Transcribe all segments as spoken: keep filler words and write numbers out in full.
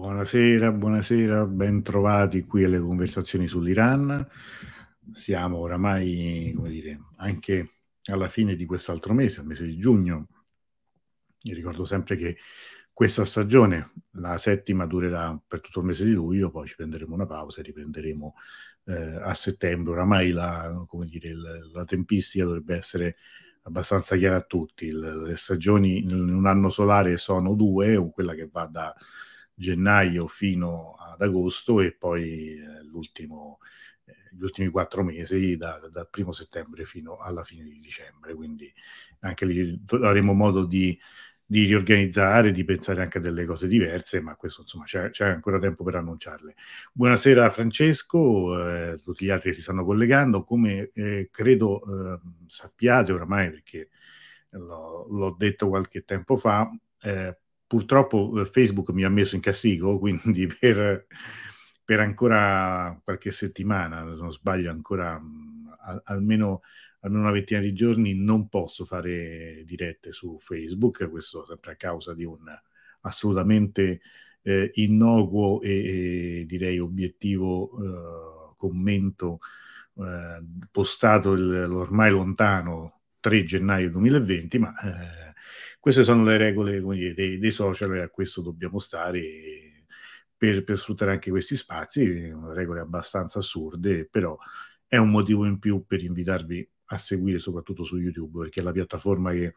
Buonasera, buonasera, ben trovati qui alle conversazioni sull'Iran. Siamo oramai, come dire, anche alla fine di quest'altro mese, il mese di giugno. Io ricordo sempre che questa stagione, la settima, durerà per tutto il mese di luglio, poi ci prenderemo una pausa e riprenderemo eh, a settembre. Oramai la, come dire, il- la tempistica dovrebbe essere abbastanza chiara a tutti. Il- le stagioni in un anno solare sono due, quella che va da gennaio fino ad agosto e poi eh, l'ultimo, eh, gli ultimi quattro mesi da- dal primo settembre fino alla fine di dicembre. Quindi anche lì avremo modo di di riorganizzare, di pensare anche a delle cose diverse, ma questo insomma c'è, c'è ancora tempo per annunciarle. Buonasera Francesco, eh, tutti gli altri che si stanno collegando, come eh, credo eh, sappiate oramai perché l'ho, l'ho detto qualche tempo fa, eh, purtroppo eh, Facebook mi ha messo in castigo, quindi per, per ancora qualche settimana, se non sbaglio ancora mh, al- almeno almeno una ventina di giorni non posso fare dirette su Facebook, questo sempre a causa di un assolutamente eh, innocuo e, e direi obiettivo eh, commento eh, postato il, l'ormai lontano tre gennaio duemilaventi, ma eh, queste sono le regole, come dire, dei, dei social e a questo dobbiamo stare per, per sfruttare anche questi spazi, regole abbastanza assurde, però è un motivo in più per invitarvi a seguire soprattutto su YouTube, perché è la piattaforma che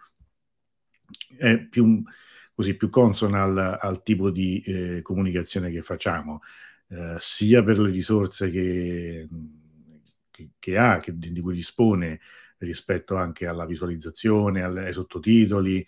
è più, così, più consona al, al tipo di eh, comunicazione che facciamo, eh, sia per le risorse che, che, che ha, che, di, di cui dispone rispetto anche alla visualizzazione, alle- ai sottotitoli,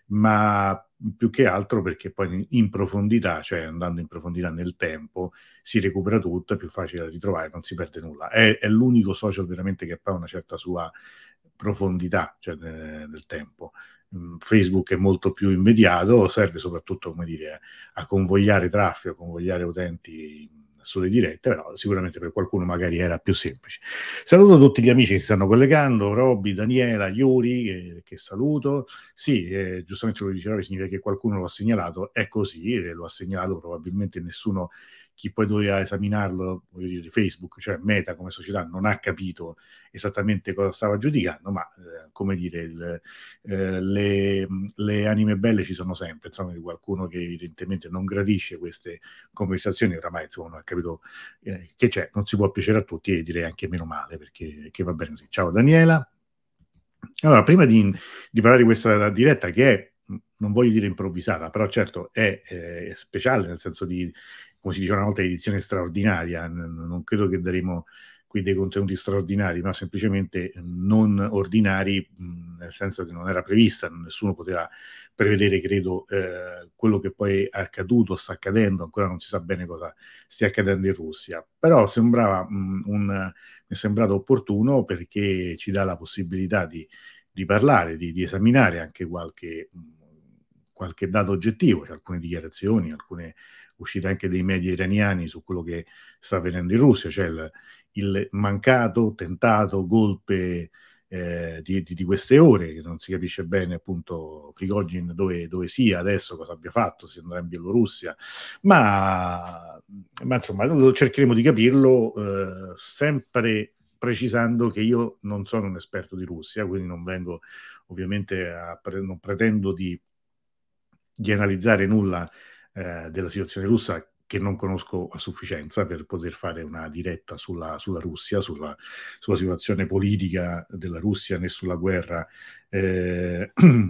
ma più che altro perché poi in, in profondità, cioè andando in profondità nel tempo, si recupera tutto, è più facile da ritrovare, non si perde nulla. È, è l'unico social veramente che ha una certa sua profondità, cioè nel, nel tempo. Mm, Facebook è molto più immediato, serve soprattutto, come dire, a convogliare traffico, a convogliare utenti sulle dirette, però sicuramente per qualcuno magari era più semplice. Saluto tutti gli amici che si stanno collegando, Robby, Daniela, Iuri, che, che saluto. Sì, eh, giustamente quello che diceva significa che qualcuno lo ha segnalato, è così, e lo ha segnalato probabilmente nessuno, chi poi doveva esaminarlo, voglio dire, Facebook, cioè Meta come società, non ha capito esattamente cosa stava giudicando, ma eh, come dire, il, eh, le, le anime belle ci sono sempre, insomma, di qualcuno che evidentemente non gradisce queste conversazioni, oramai insomma non ha capito eh, che c'è, non si può piacere a tutti e direi anche meno male perché che va bene così. Ciao Daniela. Allora, prima di, di parlare di questa diretta che è, non voglio dire improvvisata, però certo è eh, speciale, nel senso di, come si diceva una volta, edizione straordinaria, N- non credo che daremo qui dei contenuti straordinari, ma semplicemente non ordinari, mh, nel senso che non era prevista, nessuno poteva prevedere, credo, eh, quello che poi è accaduto, sta accadendo, ancora non si sa bene cosa stia accadendo in Russia, però sembrava mh, un, mi è sembrato opportuno perché ci dà la possibilità di, di parlare, di, di esaminare anche qualche, mh, qualche dato oggettivo, cioè alcune dichiarazioni, alcune uscite anche dei media iraniani su quello che sta avvenendo in Russia, cioè il, il mancato, tentato golpe eh, di, di, di queste ore, che non si capisce bene appunto Prigogine dove, dove sia adesso, cosa abbia fatto, se andrà in Bielorussia, ma, ma insomma cercheremo di capirlo eh, sempre precisando che io non sono un esperto di Russia, quindi non vengo ovviamente a, pre- non pretendo di, di analizzare nulla eh, della situazione russa che non conosco a sufficienza per poter fare una diretta sulla, sulla Russia, sulla, sulla situazione politica della Russia né sulla guerra eh,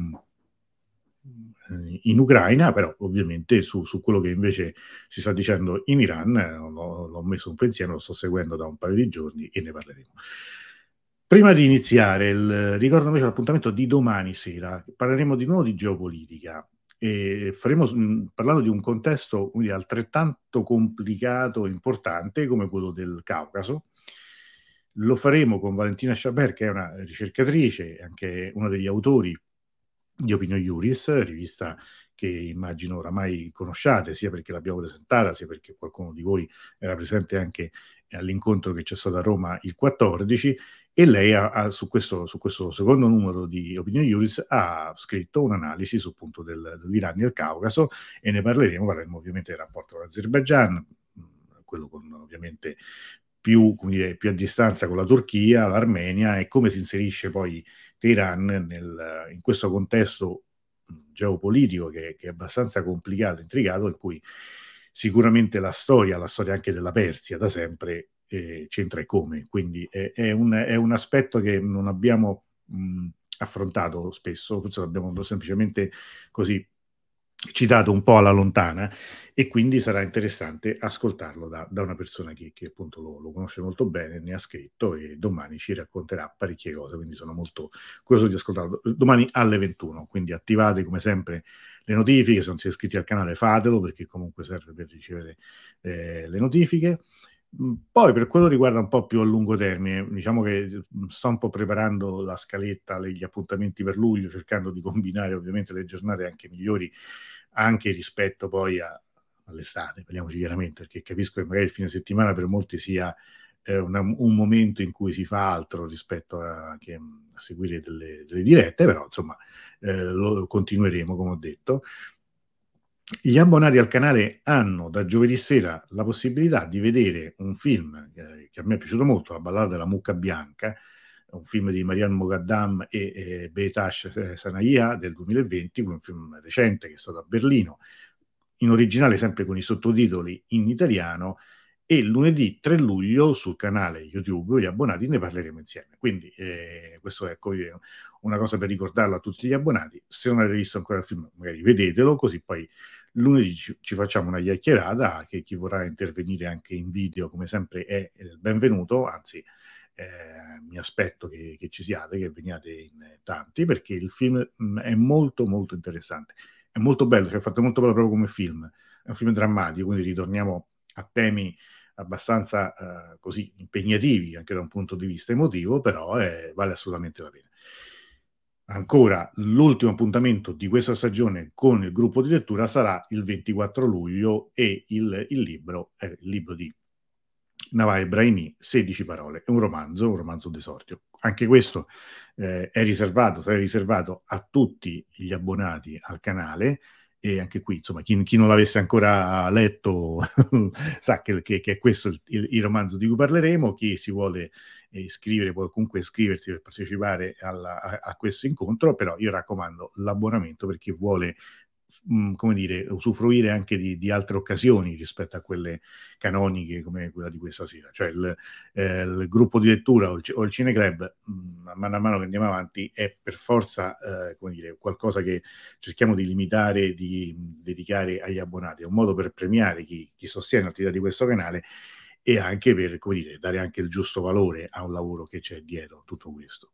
in Ucraina, però ovviamente su, su quello che invece si sta dicendo in Iran eh, l'ho, l'ho messo un pensiero, lo sto seguendo da un paio di giorni e ne parleremo. Prima di iniziare, il, ricordo invece l'appuntamento di domani sera, parleremo di nuovo di geopolitica e faremo, mh, parlando di un contesto quindi, altrettanto complicato e importante come quello del Caucaso. Lo faremo con Valentina Schaber, che è una ricercatrice, anche uno degli autori di Opinio Iuris, rivista che immagino oramai conosciate, sia perché l'abbiamo presentata, sia perché qualcuno di voi era presente anche all'incontro che c'è stato a Roma il quattordici, e lei ha, ha su, questo, su questo secondo numero di Opinione Iuris ha scritto un'analisi sul punto del, dell'Iran e del Caucaso, e ne parleremo, parleremo ovviamente del rapporto con l'Azerbaigian, quello con ovviamente più, come dire, più a distanza con la Turchia, l'Armenia, e come si inserisce poi Teheran nel, in questo contesto geopolitico che, che è abbastanza complicato, intricato, in cui sicuramente la storia, la storia anche della Persia da sempre eh, c'entra e come, quindi è, è, un, è un aspetto che non abbiamo mh, affrontato spesso, forse l'abbiamo semplicemente così citato un po' alla lontana, e quindi sarà interessante ascoltarlo da, da una persona che, che appunto lo, lo conosce molto bene, ne ha scritto, e domani ci racconterà parecchie cose, quindi sono molto curioso di ascoltarlo. Domani alle ventuno, quindi attivate come sempre le notifiche, se non siete iscritti al canale fatelo, perché comunque serve per ricevere eh, le notifiche. Poi per quello riguarda un po' più a lungo termine, diciamo che sto un po' preparando la scaletta, gli appuntamenti per luglio, cercando di combinare ovviamente le giornate anche migliori, anche rispetto poi a, all'estate, parliamoci chiaramente, perché capisco che magari il fine settimana per molti sia eh, una, un momento in cui si fa altro rispetto a, che, a seguire delle, delle dirette, però insomma eh, lo continueremo, come ho detto. Gli abbonati al canale hanno da giovedì sera la possibilità di vedere un film eh, che a me è piaciuto molto, La ballata della mucca bianca, un film di Marianne Mogaddam e eh, Behtash Sanaya del duemilaventi, un film recente che è stato a Berlino, in originale sempre con i sottotitoli in italiano, e lunedì tre luglio sul canale YouTube gli abbonati ne parleremo insieme. Quindi eh, questo è una cosa per ricordarlo a tutti gli abbonati. Se non avete visto ancora il film, magari vedetelo, così poi lunedì ci, ci facciamo una chiacchierata, che chi vorrà intervenire anche in video, come sempre, è il benvenuto, anzi eh, mi aspetto che, che ci siate, che veniate in tanti, perché il film mh, è molto molto interessante. È molto bello, cioè è fatto molto bello proprio come film. È un film drammatico, quindi ritorniamo a temi abbastanza eh, così impegnativi anche da un punto di vista emotivo, però eh, vale assolutamente la pena. Ancora, l'ultimo appuntamento di questa stagione con il gruppo di lettura sarà il ventiquattro luglio, e il, il libro è il libro di Nawal Brahimi, sedici parole, è un romanzo, un romanzo d'esordio. Anche questo eh, è riservato, sarà riservato a tutti gli abbonati al canale, e anche qui, insomma, chi, chi non l'avesse ancora letto sa che, che, che è questo il, il, il romanzo di cui parleremo. Chi si vuole iscrivere può comunque iscriversi per partecipare alla, a, a questo incontro, però io raccomando l'abbonamento per chi vuole mh, come dire, usufruire anche di, di altre occasioni rispetto a quelle canoniche come quella di questa sera, cioè il, eh, il gruppo di lettura o il, o il cineclub, mh, mano a mano che andiamo avanti, è per forza eh, come dire, qualcosa che cerchiamo di limitare, di mh, dedicare agli abbonati. È un modo per premiare chi, chi sostiene l'attività di questo canale, e anche per, come dire, dare anche il giusto valore a un lavoro che c'è dietro tutto questo.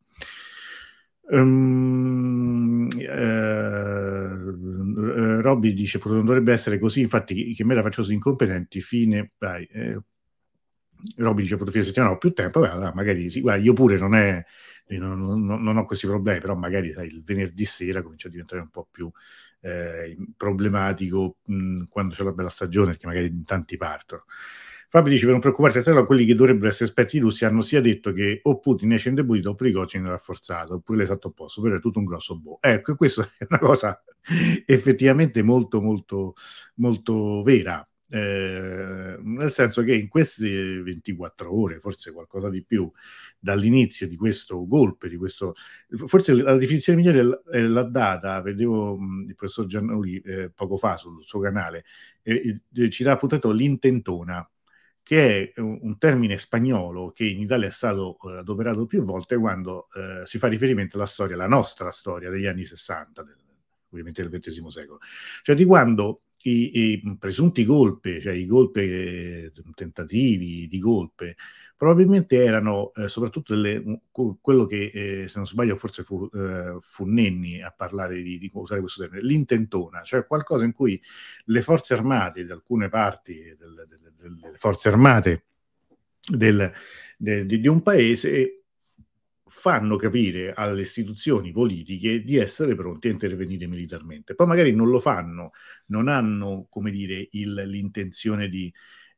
Um, eh, Robby dice non dovrebbe essere così, infatti che me la faccio incompetenti fine vai, eh, Robby dice fine settimana ho più tempo, beh, allora magari sì, guarda, io pure non è non, non, non ho questi problemi, però magari sai, il venerdì sera comincia a diventare un po' più eh, problematico mh, quando c'è la bella stagione, perché magari in tanti partono. Fabio dice per non preoccuparti, a te quelli che dovrebbero essere esperti di Russia hanno sia detto che o Putin esce indebolito o Prigozhin rafforzato, oppure l'esatto opposto, per è tutto un grosso boh. Ecco, questa è una cosa effettivamente molto molto molto vera, eh, nel senso che in queste ventiquattro ore, forse qualcosa di più, dall'inizio di questo golpe, di questo, forse la definizione migliore è l'ha data, vedevo mh, il professor Giannoli eh, poco fa sul suo canale, eh, eh, ci dà appuntato l'intentona, che è un, un termine spagnolo che in Italia è stato eh, adoperato più volte quando eh, si fa riferimento alla storia, la nostra storia degli anni sessanta, del, ovviamente del ventesimo secolo, cioè di quando i, i presunti golpe, cioè i golpe, eh, tentativi di golpe, probabilmente erano eh, soprattutto delle, quello che, eh, se non sbaglio, forse fu, eh, fu Nenni a parlare di, di usare questo termine, l'intentona, cioè qualcosa in cui le forze armate di alcune parti del, del, delle forze armate del, de, di, di un paese fanno capire alle istituzioni politiche di essere pronti a intervenire militarmente. Poi magari non lo fanno, non hanno, come dire, il, l'intenzione di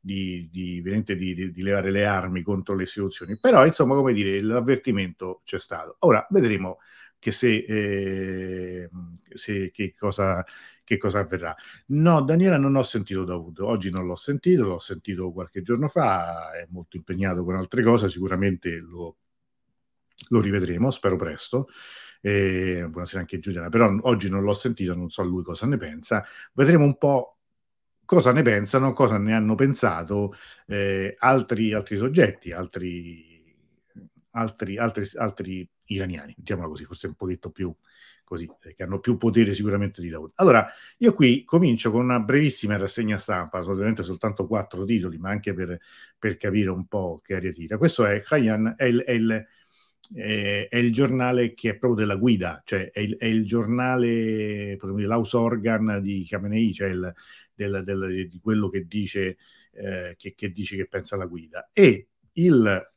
di, di, veramente di, di, di levare le armi contro le istituzioni. Però, insomma, come dire, l'avvertimento c'è stato. Ora vedremo che se, eh, se che cosa, che cosa avverrà. No, Daniela non ho sentito Davuto, oggi non l'ho sentito, l'ho sentito qualche giorno fa, è molto impegnato con altre cose, sicuramente lo, lo rivedremo, spero presto. Eh, buonasera anche Giuliana, però oggi non l'ho sentito, non so lui cosa ne pensa. Vedremo un po' cosa ne pensano, cosa ne hanno pensato eh, altri, altri soggetti, altri, altri, altri, altri iraniani, diciamola così, forse un pochetto più così, eh, che hanno più potere sicuramente di Dawood. Allora, io qui comincio con una brevissima rassegna stampa, ovviamente soltanto quattro titoli, ma anche per, per capire un po' che aria tira. Questo è Khayan, è il, è il è, è il giornale che è proprio della guida, cioè è il, è il giornale, potremmo dire, l'house organ di Khamenei, cioè il, del, del, di quello che dice, eh, che, che dice che pensa la guida. E il,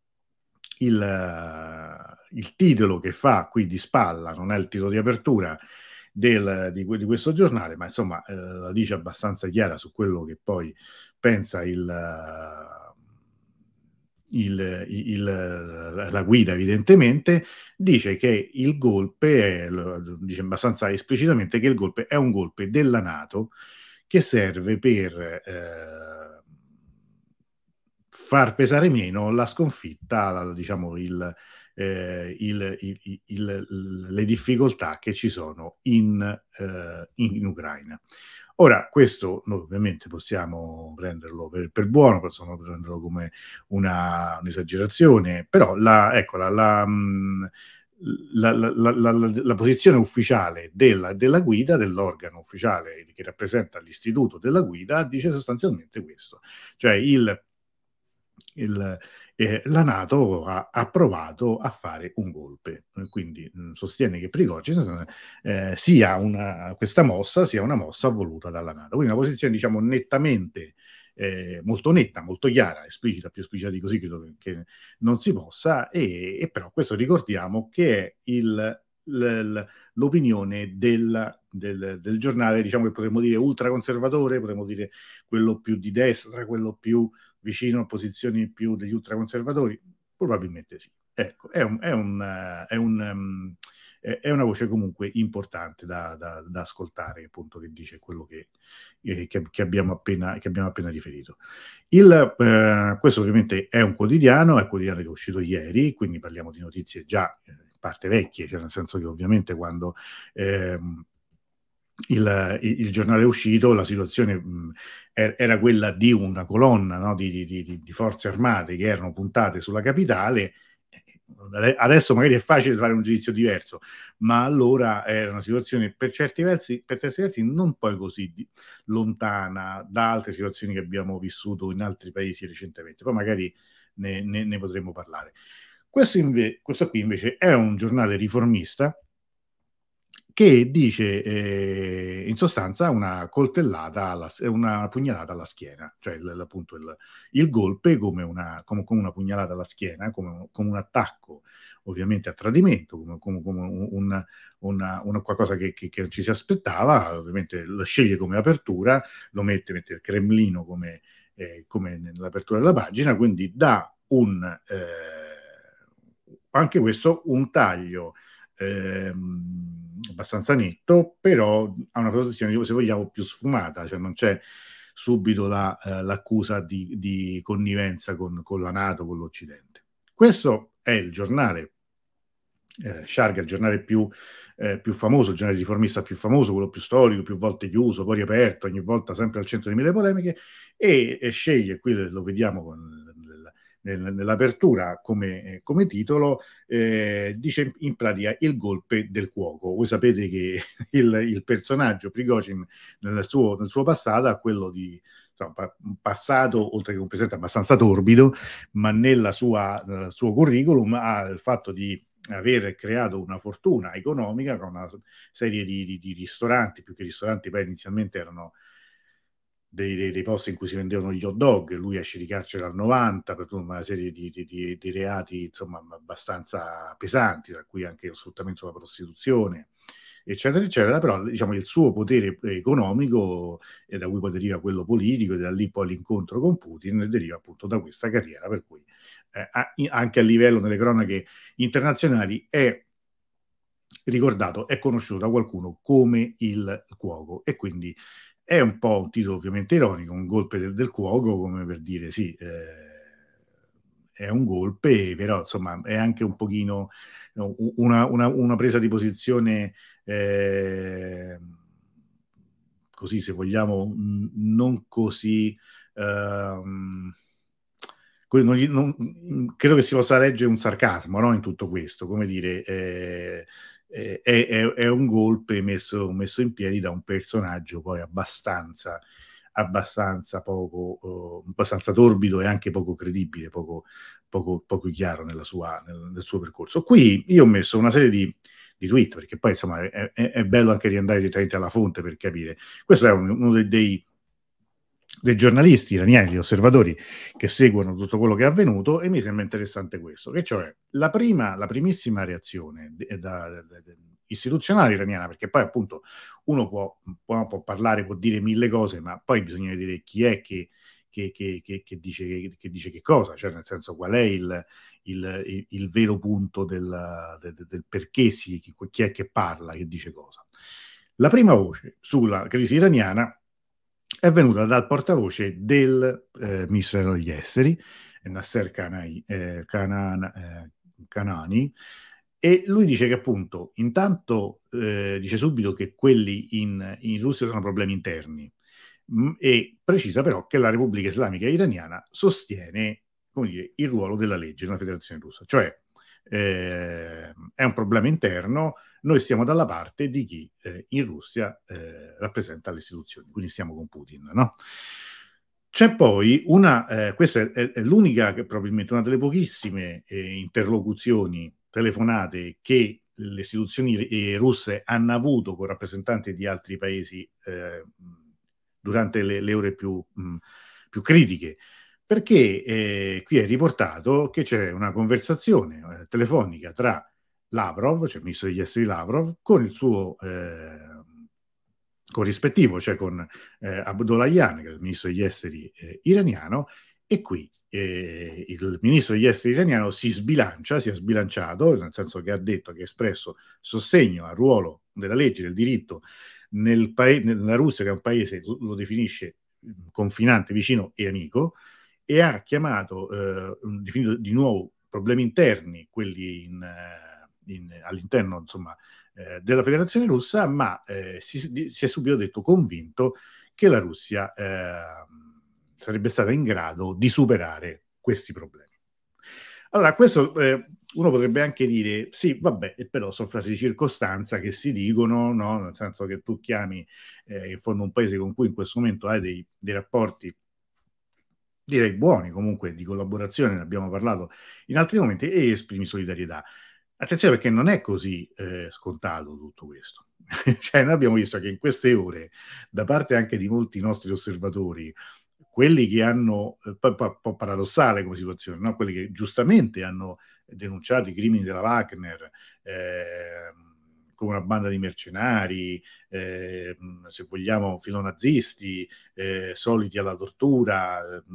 il, il titolo che fa qui di spalla, non è il titolo di apertura del, di, di questo giornale, ma insomma eh, la dice abbastanza chiara su quello che poi pensa il... Il, il, la guida evidentemente dice che il golpe è, dice abbastanza esplicitamente che il golpe è un golpe della NATO che serve per eh, far pesare meno la sconfitta, diciamo il, eh, il, il, il, le difficoltà che ci sono in, eh, in, in Ucraina. Ora, questo noi ovviamente possiamo prenderlo per, per buono, possiamo prenderlo come una, un'esagerazione, però la, ecco, la, la, la, la, la, la posizione ufficiale della, della guida, dell'organo ufficiale che rappresenta l'istituto della guida, dice sostanzialmente questo, cioè il, il, eh, la NATO ha, ha provato a fare un golpe, quindi mh, sostiene che Prigozhin eh, sia una, questa mossa sia una mossa voluta dalla NATO, quindi una posizione diciamo nettamente eh, molto netta, molto chiara, esplicita, più esplicita di così credo che, che non si possa, e, e però questo ricordiamo che è il, l, l'opinione del, del, del giornale, diciamo che potremmo dire ultraconservatore, potremmo dire quello più di destra, quello più vicino a posizioni più degli ultraconservatori? Probabilmente sì. Ecco, è, un, è, un, è, un, um, è una voce comunque importante da, da, da ascoltare, appunto, che dice quello che, eh, che, che, abbiamo, appena, che abbiamo appena riferito. Il, eh, questo ovviamente è un quotidiano, è un quotidiano che è uscito ieri, quindi parliamo di notizie già in parte vecchie, cioè nel senso che ovviamente quando... Ehm, Il, il, il giornale è uscito, la situazione mh, era quella di una colonna, no, di, di, di, di forze armate che erano puntate sulla capitale. Adesso magari è facile fare un giudizio diverso, ma allora era una situazione per certi versi, per certi versi non poi così di, lontana da altre situazioni che abbiamo vissuto in altri paesi recentemente. Poi magari ne, ne, ne potremo parlare. Questo, inve- questo qui invece è un giornale riformista che dice eh, in sostanza una coltellata, alla, una pugnalata alla schiena, cioè il, appunto il, il golpe come una, come, come una pugnalata alla schiena, come, come un attacco ovviamente a tradimento, come, come, come un, una, una qualcosa che, che, che non ci si aspettava, ovviamente lo sceglie come apertura, lo mette, mette il Cremlino come, eh, come nell'apertura della pagina, quindi dà un, eh, anche questo, un taglio Ehm, abbastanza netto, però ha una posizione, se vogliamo, più sfumata, cioè non c'è subito la, eh, l'accusa di, di connivenza con, con la NATO, con l'Occidente. Questo è il giornale, eh, Shargh, il giornale più, eh, più famoso, il giornale riformista più famoso, quello più storico, più volte chiuso, poi riaperto, ogni volta sempre al centro di mille polemiche, e, e sceglie, qui lo vediamo con nell'apertura come, come titolo, eh, dice in pratica il golpe del cuoco. Voi sapete che il, il personaggio Prigozhin nel suo, nel suo passato ha quello di insomma, un passato, oltre che un presente abbastanza torbido, ma nella sua, nel suo curriculum ha il fatto di aver creato una fortuna economica con una serie di, di, di ristoranti, più che ristoranti poi inizialmente erano Dei, dei, dei posti in cui si vendevano gli hot dog, lui esce di carcere al novanta per una serie di, di, di, di reati insomma abbastanza pesanti, tra cui anche lo sfruttamento della prostituzione, eccetera, eccetera, però diciamo il suo potere economico, e da cui poi deriva quello politico, e da lì poi l'incontro con Putin, deriva appunto da questa carriera, per cui eh, anche a livello delle cronache internazionali è ricordato, è conosciuto da qualcuno come il cuoco, e quindi è un po' un titolo ovviamente ironico, un golpe del, del cuoco, come per dire sì, eh, è un golpe, però insomma è anche un pochino una, una, una presa di posizione eh, così, se vogliamo, mh, non così ehm, non, gli- non- credo che si possa leggere un sarcasmo, no, in tutto questo, come dire, eh, eh, è, è- è un golpe messo, messo in piedi da un personaggio poi abbastanza, abbastanza poco, eh, abbastanza torbido e anche poco credibile, poco, poco, poco chiaro nella sua- nel, nel suo percorso. Qui io ho messo una serie di, di tweet, perché poi insomma è, è- è bello anche riandare direttamente alla fonte per capire. Questo è un- uno dei, dei dei giornalisti iraniani, degli osservatori che seguono tutto quello che è avvenuto, e mi sembra interessante questo, che cioè la prima, la primissima reazione de, da, da, da, istituzionale iraniana, perché poi appunto uno può, può, può, parlare, può dire mille cose, ma poi bisogna vedere chi è che, che, che, che, che, dice, che, che dice che cosa, cioè nel senso qual è il, il, il, il vero punto del, del, del perché si, chi, chi è che parla, che dice cosa. La prima voce sulla crisi iraniana è venuta dal portavoce del eh, ministro degli esteri, Nasser Kanai, eh, Kanan, eh, Kanani, e lui dice che appunto intanto eh, dice subito che quelli in, in Russia sono problemi interni, mh, e precisa però che la Repubblica Islamica Iraniana sostiene, come dire, il ruolo della legge nella Federazione Russa, cioè eh, è un problema interno, noi stiamo dalla parte di chi eh, in Russia eh, rappresenta le istituzioni, quindi stiamo con Putin, no? C'è poi una, eh, questa è, è l'unica, che probabilmente una delle pochissime eh, interlocuzioni telefonate che le istituzioni eh, russe hanno avuto con rappresentanti di altri paesi eh, durante le, le ore più, mh, più critiche, perché eh, qui è riportato che c'è una conversazione eh, telefonica tra Lavrov, cioè il ministro degli esteri Lavrov, con il suo eh, corrispettivo, cioè con eh, Abdollahian, che è il ministro degli esteri eh, iraniano, e qui eh, il ministro degli esteri iraniano si sbilancia, si è sbilanciato, nel senso che ha detto che ha espresso sostegno al ruolo della legge, del diritto nel pa- nella Russia, che è un paese, lo definisce confinante, vicino e amico, e ha chiamato, eh, definito di nuovo problemi interni, quelli in, in, all'interno, insomma, eh, della Federazione Russa, ma eh, si, si, è subito detto convinto che la Russia eh, sarebbe stata in grado di superare questi problemi. Allora, questo eh, uno potrebbe anche dire, sì, vabbè, però sono frasi di circostanza che si dicono, no? Nel senso che tu chiami eh, in fondo un paese con cui in questo momento hai dei, dei rapporti, direi buoni comunque, di collaborazione, ne abbiamo parlato in altri momenti, e esprimi solidarietà. Attenzione, perché non è così eh, scontato tutto questo. Cioè, noi abbiamo visto che in queste ore, da parte anche di molti nostri osservatori, quelli che hanno, eh, un po', po' paradossale come situazione, no? Quelli che giustamente hanno denunciato i crimini della Wagner, eh, come una banda di mercenari, eh, se vogliamo filonazisti, eh, soliti alla tortura, eh,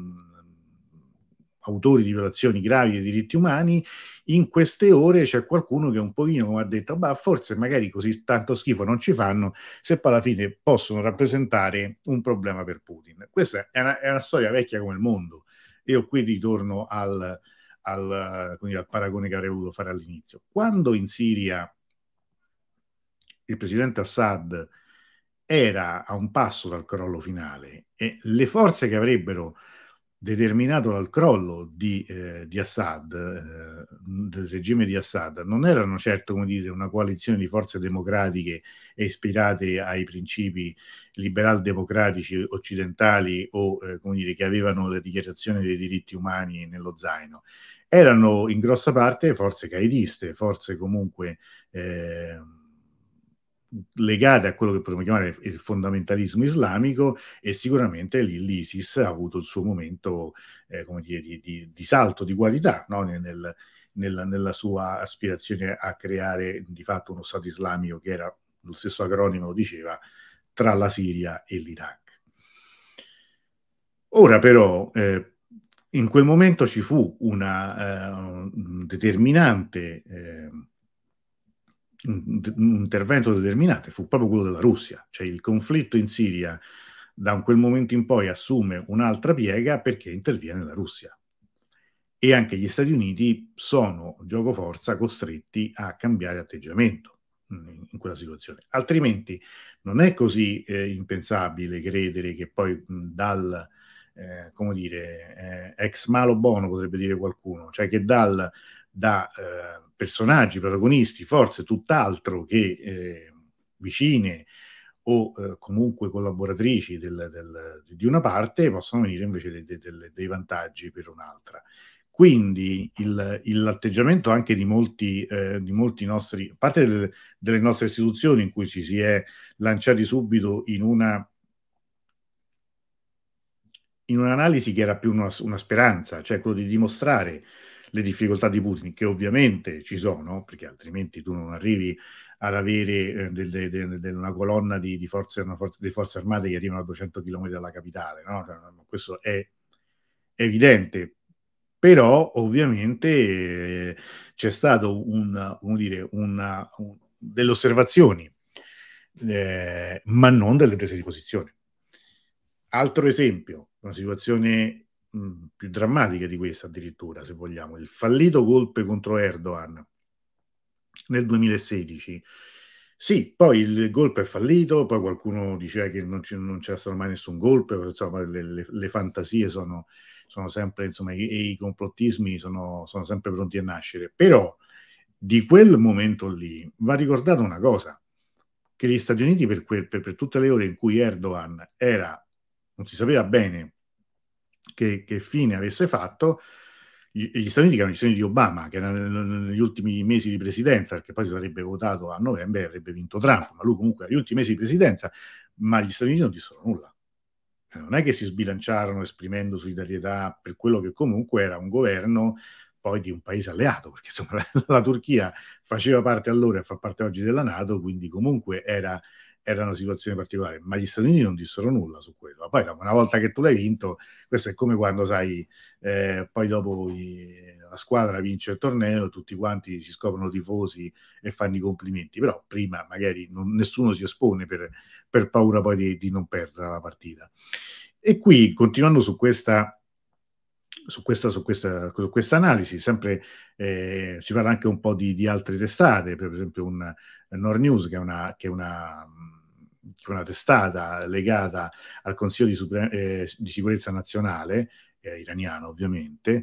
autori di violazioni gravi dei diritti umani, in queste ore c'è qualcuno che un pochino come ha detto, bah, forse magari così tanto schifo non ci fanno, se poi alla fine possono rappresentare un problema per Putin. Questa è una, è una storia vecchia come il mondo. Io qui ritorno al, al, quindi al paragone che avrei voluto fare all'inizio. Quando in Siria il presidente Assad era a un passo dal crollo finale e le forze che avrebbero determinato dal crollo di, eh, di Assad, eh, del regime di Assad, non erano certo, come dire, una coalizione di forze democratiche e ispirate ai principi liberal-democratici occidentali o, eh, come dire, che avevano la dichiarazione dei diritti umani nello zaino. Erano in grossa parte forze caediste, forze comunque eh, legate a quello che potremmo chiamare il fondamentalismo islamico, e sicuramente lì l'ISIS ha avuto il suo momento eh, come dire, di, di, di salto di qualità, no? nel, nel, nella sua aspirazione a creare di fatto uno Stato islamico che era lo stesso acronimo lo diceva, tra la Siria e l'Iraq. Ora però, eh, in quel momento ci fu una, uh, un determinante, eh, un, un intervento determinante, fu proprio quello della Russia, cioè il conflitto in Siria da quel momento in poi assume un'altra piega perché interviene la Russia. E anche gli Stati Uniti sono, gioco forza, costretti a cambiare atteggiamento in quella situazione. Altrimenti non è così eh, impensabile credere che poi mh, dal, eh, come dire, eh, ex malo bono, potrebbe dire qualcuno, cioè che dal, da eh, personaggi, protagonisti, forze tutt'altro che eh, vicine o eh, comunque collaboratrici del, del, di una parte possono venire invece de, de, de, dei vantaggi per un'altra. Quindi il, il, l'atteggiamento anche di molti, eh, di molti nostri, a parte del, delle nostre istituzioni in cui ci si è lanciati subito in una in un'analisi che era più una, una speranza, cioè quello di dimostrare le difficoltà di Putin, che ovviamente ci sono, perché altrimenti tu non arrivi ad avere eh, del, del, del, del, una colonna di, di, forze, una forza, di forze armate che arrivano a duecento chilometri dalla capitale, no? Cioè, questo è evidente. Però ovviamente eh, c'è stato un, come dire, una, un, delle osservazioni, eh, ma non delle prese di posizione. Altro esempio, una situazione mh, più drammatica di questa addirittura, se vogliamo, il fallito golpe contro Erdogan nel duemilasedici. Sì, poi il golpe è fallito, poi qualcuno diceva che non, c- non c'era stato mai nessun golpe, insomma, le, le, le fantasie sono, sono sempre, insomma, i, e i complottismi sono, sono sempre pronti a nascere. Però di quel momento lì va ricordata una cosa, che gli Stati Uniti per, quel, per, per tutte le ore in cui Erdogan era, non si sapeva bene che, che fine avesse fatto, gli Stati Uniti, che erano gli Stati Uniti di Obama, che erano negli ultimi mesi di presidenza, perché poi si sarebbe votato a novembre e avrebbe vinto Trump, ma lui comunque negli ultimi mesi di presidenza, ma gli Stati Uniti non dissero nulla. Non è che si sbilanciarono esprimendo solidarietà per quello che comunque era un governo poi di un paese alleato, perché insomma la Turchia faceva parte allora e fa parte oggi della NATO, quindi comunque era, era una situazione particolare, ma gli Stati Uniti non dissero nulla su quello. Ma poi una volta che tu l'hai vinto, questo è come quando sai, eh, poi dopo i, la squadra vince il torneo, tutti quanti si scoprono tifosi e fanno i complimenti, però prima magari non, nessuno si espone per, per paura poi di, di non perdere la partita. E qui, continuando su questa su questa, su questa, su questa analisi, sempre eh, si parla anche un po' di, di altre testate, per esempio un Nord News, che è una, che è una, che è una testata legata al Consiglio di, Supre- eh, di Sicurezza Nazionale, eh, iraniano ovviamente,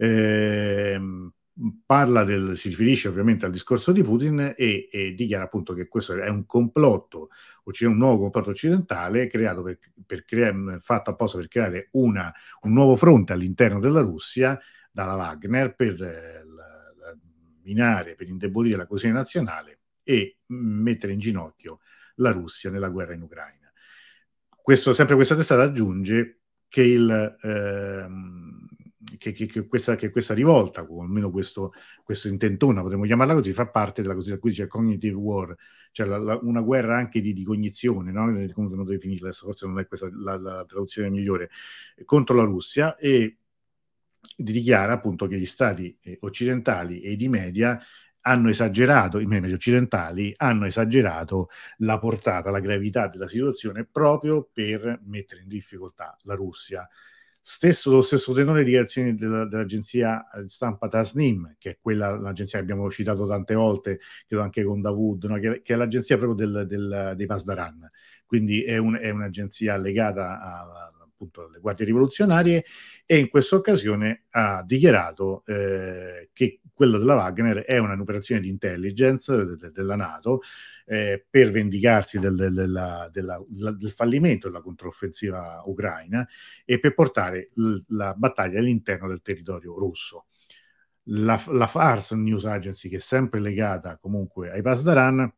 eh, parla del, si riferisce ovviamente al discorso di Putin e, e dichiara appunto che questo è un complotto, un nuovo complotto occidentale creato per, per creare, fatto apposta per creare una, un nuovo fronte all'interno della Russia dalla Wagner per eh, la, la, minare, per indebolire la coesione nazionale e mettere in ginocchio la Russia nella guerra in Ucraina. Questo, sempre questa testata aggiunge che il ehm, Che, che, che, questa, che questa rivolta, o almeno questo, questo intentona, potremmo chiamarla così, fa parte della cosiddetta, qui dice cognitive war, cioè la, la, una guerra anche di, di cognizione, no? Come non definirla, forse non è questa la, la traduzione migliore, contro la Russia, e dichiara appunto che gli stati occidentali e i media hanno esagerato, i media occidentali hanno esagerato la portata, la gravità della situazione proprio per mettere in difficoltà la Russia. Stesso, lo stesso tenore di reazioni della, dell'agenzia stampa Tasnim, che è quella, l'agenzia che abbiamo citato tante volte, credo anche con Dawood, no? che, che è l'agenzia proprio del, del, dei Pasdaran, quindi è, un, è un'agenzia legata a, appunto alle guardie rivoluzionarie, e in questa occasione ha dichiarato eh, che quello della Wagner è un'operazione di intelligence de, de, della NATO eh, per vendicarsi del, del, della, della, del fallimento della controffensiva ucraina e per portare l, la battaglia all'interno del territorio russo. La, la Fars News Agency, che è sempre legata comunque ai Pasdaran,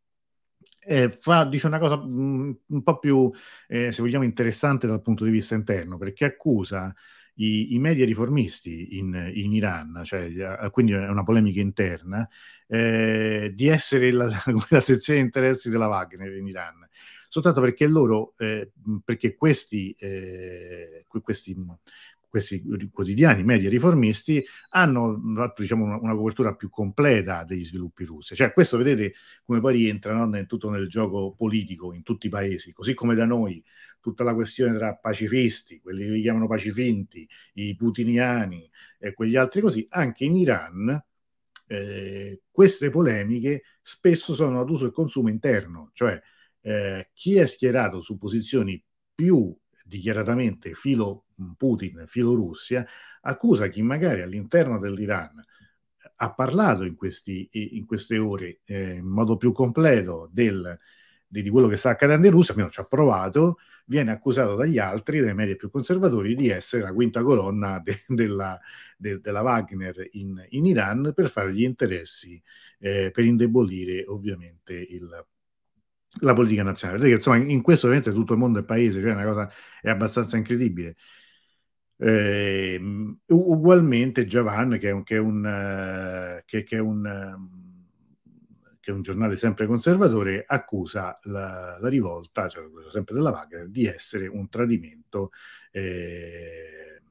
eh, fa, dice una cosa mh, un po' più, eh, se vogliamo, interessante dal punto di vista interno, perché accusa i, i media riformisti in, in Iran, cioè, quindi è una polemica interna, eh, di essere la, la sezione interessi della Wagner in Iran, soltanto perché loro, eh, perché questi, eh, questi, questi quotidiani media riformisti hanno, diciamo, una, una copertura più completa degli sviluppi russi. Cioè, questo vedete come poi rientra, no, nel, tutto nel gioco politico in tutti i paesi, così come da noi tutta la questione tra pacifisti, quelli che li chiamano pacifinti, i putiniani e quegli altri così, anche in Iran eh, queste polemiche spesso sono ad uso e consumo interno, cioè eh, chi è schierato su posizioni più dichiaratamente filo Putin, filo Russia, accusa chi magari all'interno dell'Iran ha parlato in, questi, in queste ore eh, in modo più completo del, di, di quello che sta accadendo in Russia, almeno ci ha provato, viene accusato dagli altri, dai media più conservatori, di essere la quinta colonna de, della, de, della Wagner in, in Iran per fare gli interessi, eh, per indebolire ovviamente il, la politica nazionale. Vedete che insomma in questo ovviamente tutto il mondo è paese, cioè una cosa è abbastanza incredibile. Eh, ugualmente Javan, che è un, che è un, uh, che, che è un um, che è un giornale sempre conservatore, accusa la, la rivolta, cioè sempre della Wagner, di essere un tradimento, eh,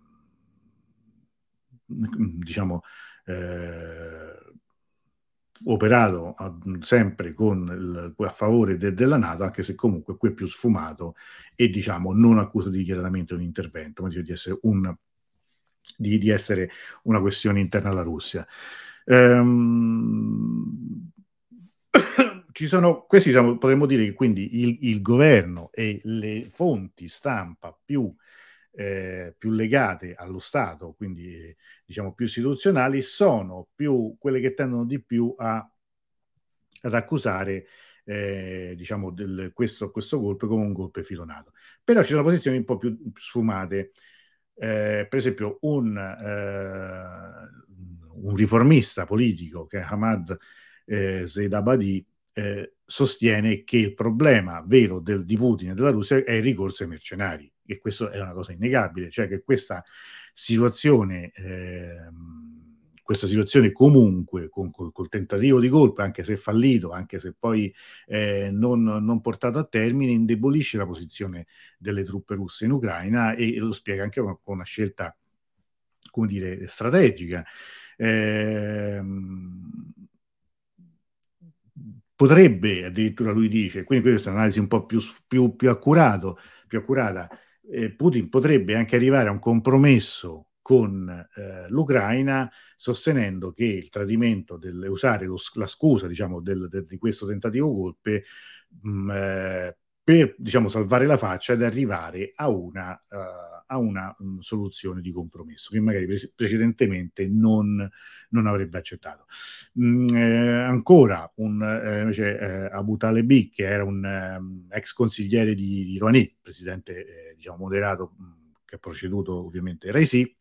diciamo, eh, operato a, sempre con il, a favore de, della NATO, anche se comunque qui è più sfumato e diciamo non accusa dichiaratamente un intervento, ma dice di essere, un, di, di essere una questione interna alla Russia. Ehm, ci sono, questi diciamo, potremmo dire che quindi il, il governo e le fonti stampa più Eh, più legate allo Stato, quindi eh, diciamo più istituzionali, sono più quelle che tendono di più a, ad accusare eh, diciamo del, questo, questo golpe come un golpe filonato. Però ci sono posizioni un po' più sfumate. Eh, per esempio un, eh, un riformista politico che è Ahmad eh, Zeidabadi eh, sostiene che il problema vero del, di Putin e della Russia è il ricorso ai mercenari, e questo è una cosa innegabile, cioè che questa situazione eh, questa situazione comunque con, col, col tentativo di golpe, anche se fallito, anche se poi eh, non, non portato a termine, indebolisce la posizione delle truppe russe in Ucraina e, e lo spiega anche con, con una scelta, come dire, strategica. Eh, potrebbe, addirittura lui dice, quindi questa è un'analisi un po' più, più, più, accurato, più accurata, eh, Putin potrebbe anche arrivare a un compromesso con eh, l'Ucraina, sostenendo che il tradimento, del, usare lo, la scusa diciamo, del, del, di questo tentativo golpe mh, eh, per diciamo, salvare la faccia ed arrivare a una, uh, a una um, soluzione di compromesso che magari pre- precedentemente non, non avrebbe accettato. Mm, eh, ancora un, eh, invece eh, Abu Talebi, che era un um, ex consigliere di, di Rouhani, presidente eh, diciamo moderato mh, che ha proceduto ovviamente Raisi,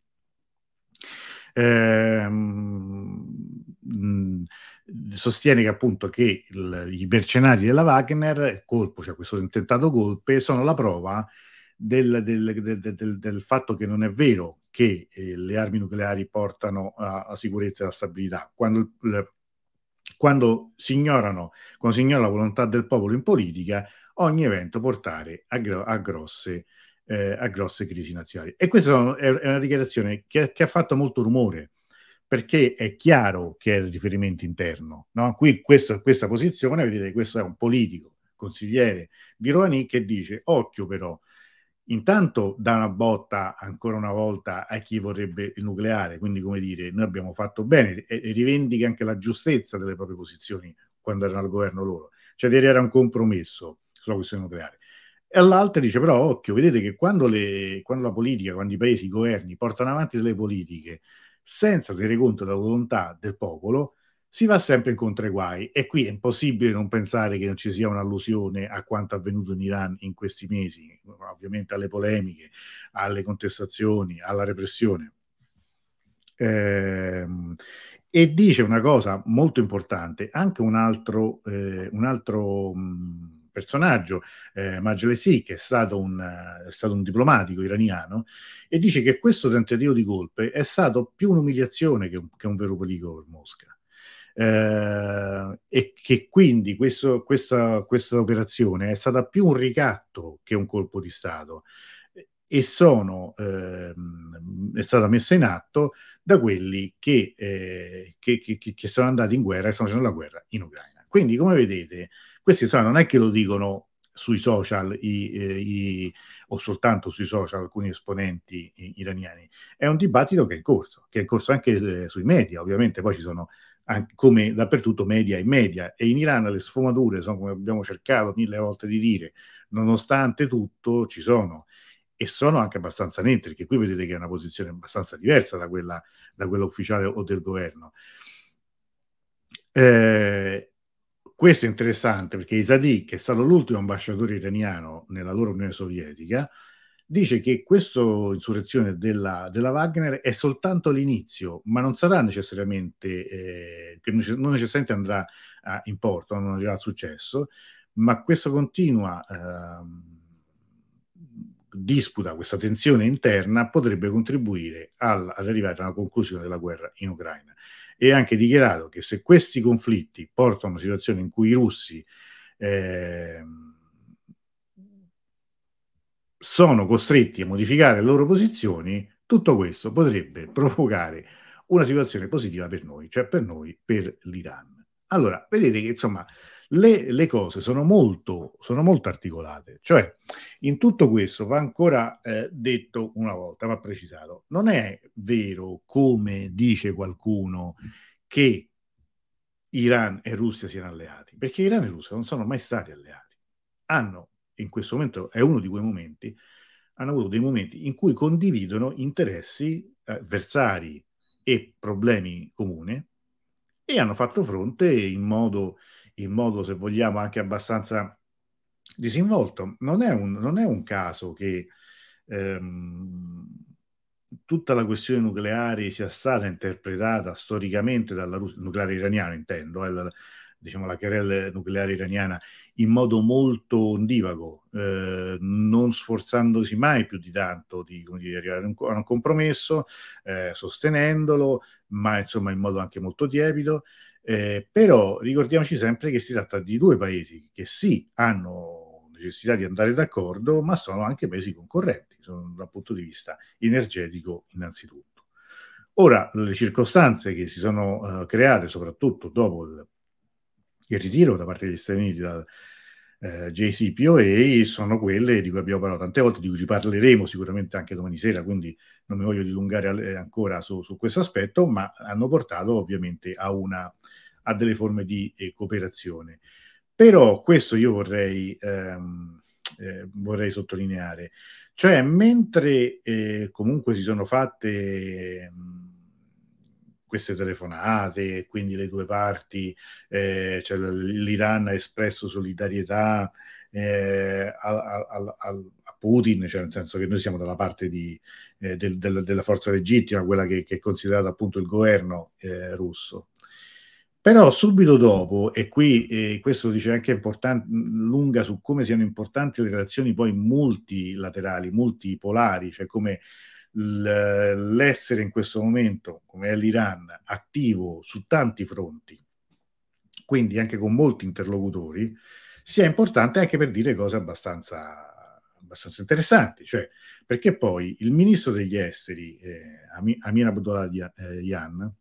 ehm, mh, sostiene che appunto che il, i mercenari della Wagner, il colpo, cioè questo tentato golpe, sono la prova del, del, del, del, del fatto che non è vero che eh, le armi nucleari portano a, a sicurezza e a stabilità. Quando, il, quando, si ignorano, quando si ignora la volontà del popolo in politica, ogni evento può portare a, a grosse eh, a grosse crisi nazionali. E questa è una dichiarazione che, che ha fatto molto rumore, perché è chiaro che è il riferimento interno. No? Qui questo, questa posizione, vedete, questo è un politico, consigliere di Rouhani, che dice, occhio però, intanto dà una botta ancora una volta a chi vorrebbe il nucleare, quindi come dire, noi abbiamo fatto bene, e, e rivendica anche la giustezza delle proprie posizioni quando erano al governo loro, cioè di arrivare a un compromesso sulla questione nucleare. E all'altra dice però, occhio, vedete che quando, le, quando la politica, quando i paesi, i governi portano avanti delle politiche senza tenere conto della volontà del popolo, si va sempre incontro ai guai. E qui è impossibile non pensare che non ci sia un'allusione a quanto avvenuto in Iran in questi mesi, ovviamente alle polemiche, alle contestazioni, alla repressione. Ehm, e dice una cosa molto importante, anche un altro, eh, un altro mh, personaggio, eh, Majlesi, che è stato, un, è stato un diplomatico iraniano, e dice che questo tentativo di golpe è stato più un'umiliazione che un, che un vero pericolo per Mosca. Eh, e che quindi questo, questa, questa operazione è stata più un ricatto che un colpo di Stato, e sono, ehm, è stata messa in atto da quelli che, eh, che, che, che sono andati in guerra e stanno facendo la guerra in Ucraina. Quindi, come vedete, questi sono, non è che lo dicono sui social i, eh, i, o soltanto sui social alcuni esponenti iraniani, è un dibattito che è in corso, che è in corso anche eh, sui media. Ovviamente poi ci sono, anche, come dappertutto, media e media, e in Iran le sfumature sono, come abbiamo cercato mille volte di dire, nonostante tutto ci sono, e sono anche abbastanza netti, perché qui vedete che è una posizione abbastanza diversa da quella, da quella ufficiale o del governo. Eh, questo è interessante perché Isadì, che è stato l'ultimo ambasciatore iraniano nella loro Unione Sovietica, dice che questa insurrezione della, della Wagner è soltanto l'inizio, ma non sarà necessariamente, eh, che non necessariamente andrà a, in porto, non arriverà al successo, ma questa continua eh, disputa, questa tensione interna potrebbe contribuire al, ad arrivare alla conclusione della guerra in Ucraina. E anche dichiarato che se questi conflitti portano a una situazione in cui i russi eh, sono costretti a modificare le loro posizioni, tutto questo potrebbe provocare una situazione positiva per noi, cioè per noi, per l'Iran. Allora, vedete che insomma le, le cose sono molto, sono molto articolate, cioè in tutto questo va ancora eh, detto una volta, va precisato, non è vero, come dice qualcuno, che Iran e Russia siano alleati, perché Iran e Russia non sono mai stati alleati. Hanno, in questo momento, è uno di quei momenti, hanno avuto dei momenti in cui condividono interessi avversari e problemi comuni, e hanno fatto fronte in modo, in modo, se vogliamo, anche abbastanza disinvolto. Non è un, non è un caso che ehm, tutta la questione nucleare sia stata interpretata storicamente dalla Russia, nucleare iraniana intendo, eh, la, diciamo la querela nucleare iraniana, in modo molto ondivago, eh, non sforzandosi mai più di tanto di, come dire, arrivare a un, a un compromesso, eh, sostenendolo, ma insomma in modo anche molto tiepido. Eh, però ricordiamoci sempre che si tratta di due paesi che sì hanno necessità di andare d'accordo, ma sono anche paesi concorrenti, sono, dal punto di vista energetico innanzitutto. Ora, le circostanze che si sono uh, create, soprattutto dopo il, il ritiro da parte degli Stati Uniti dal eh, J C P O A, sono quelle di cui abbiamo parlato tante volte, di cui ci parleremo sicuramente anche domani sera, quindi non mi voglio dilungare ancora su, su questo aspetto, ma hanno portato ovviamente a, una, a delle forme di eh, cooperazione. Però questo io vorrei, ehm, eh, vorrei sottolineare, cioè mentre eh, comunque si sono fatte mh, queste telefonate, quindi le due parti, eh, cioè l'Iran ha espresso solidarietà eh, a, a, a, a Putin, cioè nel senso che noi siamo dalla parte di, eh, del, del, della forza legittima, quella che, che è considerata appunto il governo eh, russo. Però subito dopo, e qui eh, questo dice anche importante, lunga su come siano importanti le relazioni poi multilaterali, multipolari, cioè come l'essere in questo momento, come è l'Iran, attivo su tanti fronti, quindi anche con molti interlocutori, sia importante anche per dire cose abbastanza, abbastanza interessanti, cioè perché poi il ministro degli esteri, eh, Amin Abdollahian,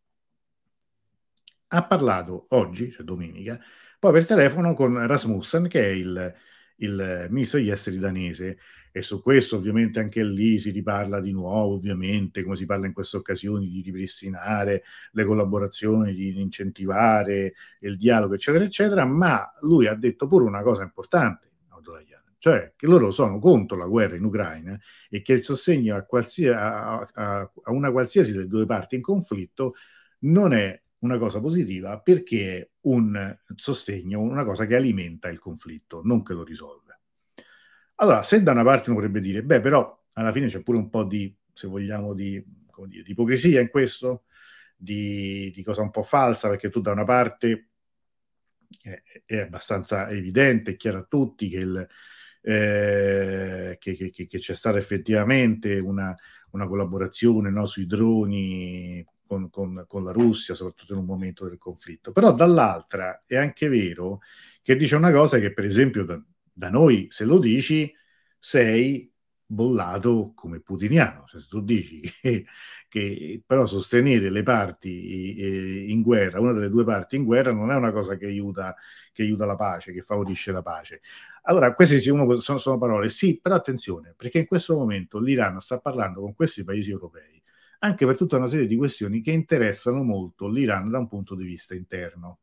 ha parlato oggi, cioè domenica, poi per telefono con Rasmussen, che è il, il ministro degli esteri danese, e su questo ovviamente anche lì si riparla di nuovo, ovviamente, come si parla in queste occasioni, di ripristinare le collaborazioni, di incentivare il dialogo, eccetera, eccetera, ma lui ha detto pure una cosa importante, cioè che loro sono contro la guerra in Ucraina e che il sostegno a, qualsiasi, a, a, a una qualsiasi delle due parti in conflitto non è una cosa positiva, perché è un sostegno, una cosa che alimenta il conflitto, non che lo risolve. Allora, se da una parte uno potrebbe dire, beh, però alla fine c'è pure un po' di, se vogliamo, di, come dire, di ipocrisia in questo, di, di cosa un po' falsa, perché tu da una parte è, è abbastanza evidente, è chiaro a tutti che, il, eh, che, che, che c'è stata effettivamente una, una collaborazione, no, sui droni con, con, con la Russia, soprattutto in un momento del conflitto. Però dall'altra è anche vero che dice una cosa che, per esempio, da, da noi, se lo dici, sei bollato come putiniano. Cioè, se tu dici che, che però sostenere le parti eh, in guerra, una delle due parti in guerra, non è una cosa che aiuta, che aiuta la pace, che favorisce la pace. Allora, queste sono, sono parole, sì, però attenzione, perché in questo momento l'Iran sta parlando con questi paesi europei anche per tutta una serie di questioni che interessano molto l'Iran da un punto di vista interno.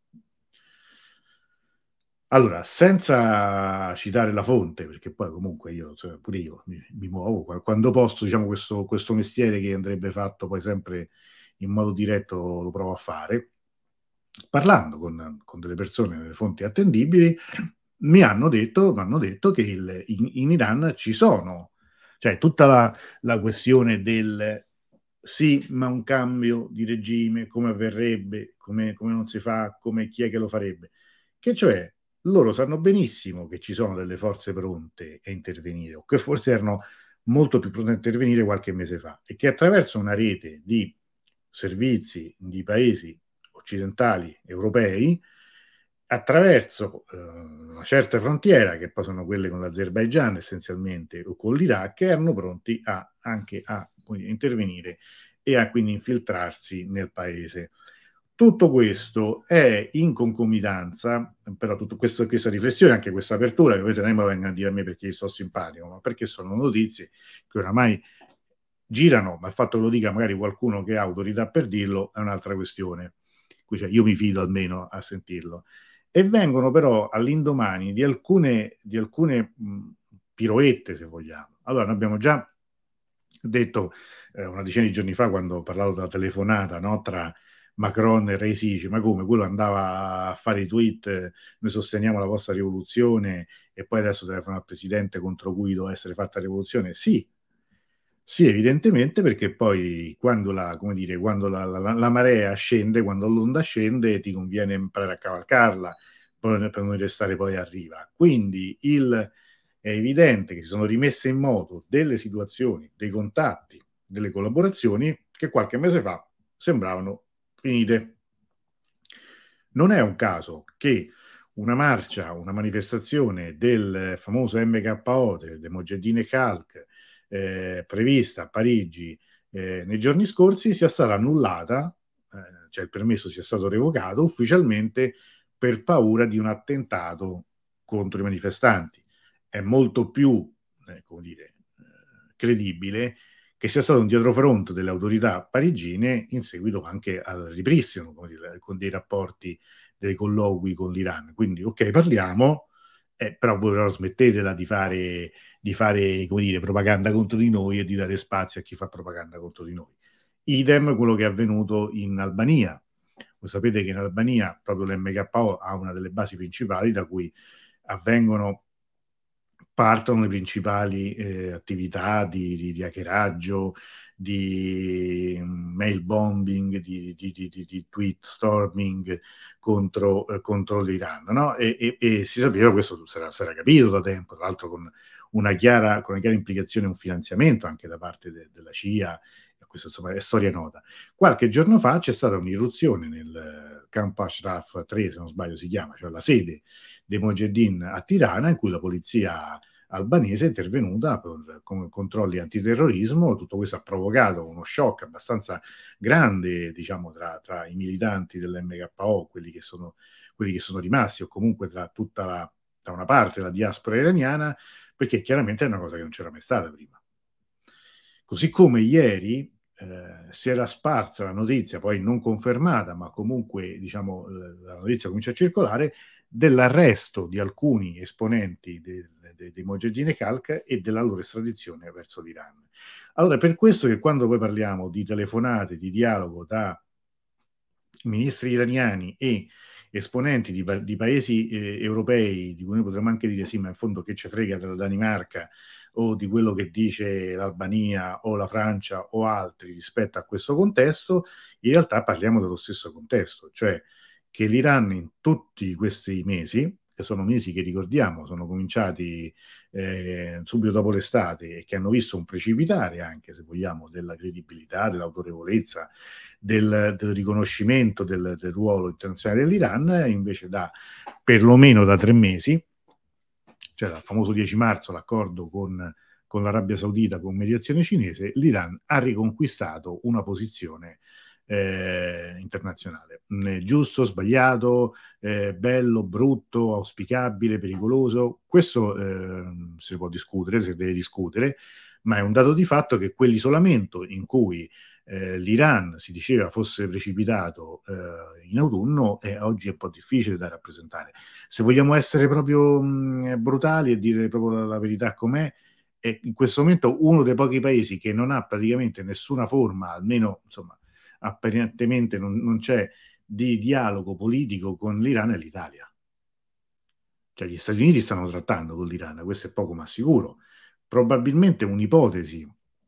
Allora, senza citare la fonte, perché poi comunque io, cioè, pure io mi, mi muovo, quando posso, diciamo, questo, questo mestiere che andrebbe fatto poi sempre in modo diretto lo provo a fare, parlando con, con delle persone, delle fonti attendibili, mi hanno detto, mi hanno detto che il, in, in Iran ci sono, cioè tutta la, la questione del sì, ma un cambio di regime, come avverrebbe, come, come non si fa, come chi è che lo farebbe, che cioè loro sanno benissimo che ci sono delle forze pronte a intervenire, o che forse erano molto più pronte a intervenire qualche mese fa, e che attraverso una rete di servizi di paesi occidentali, europei, attraverso eh, una certa frontiera, che poi sono quelle con l'Azerbaigian essenzialmente, o con l'Iraq, erano pronti a, anche a quindi, intervenire e a quindi infiltrarsi nel paese. Tutto questo è in concomitanza, però tutta questa riflessione, anche questa apertura, che ovviamente non vengono a dire a me perché io sto simpatico, ma perché sono notizie che oramai girano, ma il fatto che lo dica magari qualcuno che ha autorità per dirlo è un'altra questione. Cioè, io mi fido almeno a sentirlo. E vengono però all'indomani di alcune, di alcune mh, piroette, se vogliamo. Allora, noi abbiamo già detto eh, una decina di giorni fa, quando ho parlato della telefonata, no, tra Macron e Raisi, dice, ma come, quello andava a fare i tweet, eh, noi sosteniamo la vostra rivoluzione e poi adesso telefona al presidente contro cui doveva essere fatta la rivoluzione? Sì, sì, evidentemente, perché poi quando la, come dire, quando la, la, la marea scende, quando l'onda scende, ti conviene imparare a cavalcarla poi, per non restare poi a riva. Quindi il, è evidente che si sono rimesse in moto delle situazioni, dei contatti, delle collaborazioni che qualche mese fa sembravano finite. Non è un caso che una marcia, una manifestazione del famoso M K O, del Mojahedin Khalq, eh, prevista a Parigi eh, nei giorni scorsi, sia stata annullata, eh, cioè il permesso sia stato revocato ufficialmente per paura di un attentato contro i manifestanti. È molto più, eh, come dire, eh, credibile che sia stato un dietrofront delle autorità parigine in seguito anche al ripristino, come dire, con dei rapporti, dei colloqui con l'Iran. Quindi, ok, parliamo, eh, però voi però smettetela di fare, di fare, come dire, propaganda contro di noi e di dare spazio a chi fa propaganda contro di noi. Idem quello che è avvenuto in Albania. Voi sapete che in Albania proprio l'M K O ha una delle basi principali da cui avvengono partono le principali eh, attività di, di, di hackeraggio, di mail bombing, di, di, di, di tweet storming contro, eh, contro l'Iran, no? E, e, e si sapeva, questo sarà, sarà capito da tempo, tra l'altro con una chiara, con una chiara implicazione e un finanziamento anche da parte de, della C I A, e questa insomma è storia nota. Qualche giorno fa c'è stata un'irruzione nel campo Ashraf tre, se non sbaglio si chiama, cioè la sede dei Mojahedin a Tirana, in cui la polizia albanese è intervenuta per, con controlli antiterrorismo. Tutto questo ha provocato uno shock abbastanza grande, diciamo, tra, tra i militanti dell'M K O, quelli che sono, quelli che sono rimasti, o comunque tra tutta la, tra una parte della diaspora iraniana, perché chiaramente è una cosa che non c'era mai stata prima. Così come ieri eh, si era sparsa la notizia, poi non confermata, ma comunque diciamo, la notizia comincia a circolare, dell'arresto di alcuni esponenti dei, dei, dei Mojahedin Khalq e della loro estradizione verso l'Iran. Allora, per questo che quando poi parliamo di telefonate, di dialogo tra ministri iraniani e esponenti di, di paesi eh, europei, di cui noi potremmo anche dire sì, ma in fondo che ci frega della Danimarca o di quello che dice l'Albania o la Francia o altri rispetto a questo contesto, in realtà parliamo dello stesso contesto, cioè che l'Iran in tutti questi mesi, che sono mesi che ricordiamo, sono cominciati eh, subito dopo l'estate e che hanno visto un precipitare anche, se vogliamo, della credibilità, dell'autorevolezza, del, del riconoscimento del, del ruolo internazionale dell'Iran, invece da perlomeno da tre mesi, cioè dal famoso dieci marzo, l'accordo con, con l'Arabia Saudita con mediazione cinese, l'Iran ha riconquistato una posizione eh, internazionale. Mm, giusto, sbagliato, eh, bello, brutto, auspicabile, pericoloso, questo eh, si può discutere, si deve discutere, ma è un dato di fatto che quell'isolamento in cui eh, l'Iran si diceva fosse precipitato eh, in autunno e oggi è un po' difficile da rappresentare. Se vogliamo essere proprio mh, brutali e dire proprio la, la verità com'è, è in questo momento uno dei pochi paesi che non ha praticamente nessuna forma, almeno insomma apparentemente non, non c'è, di dialogo politico con l'Iran è l'Italia. Cioè gli Stati Uniti stanno trattando con l'Iran, questo è poco ma sicuro. Probabilmente un'ipotesi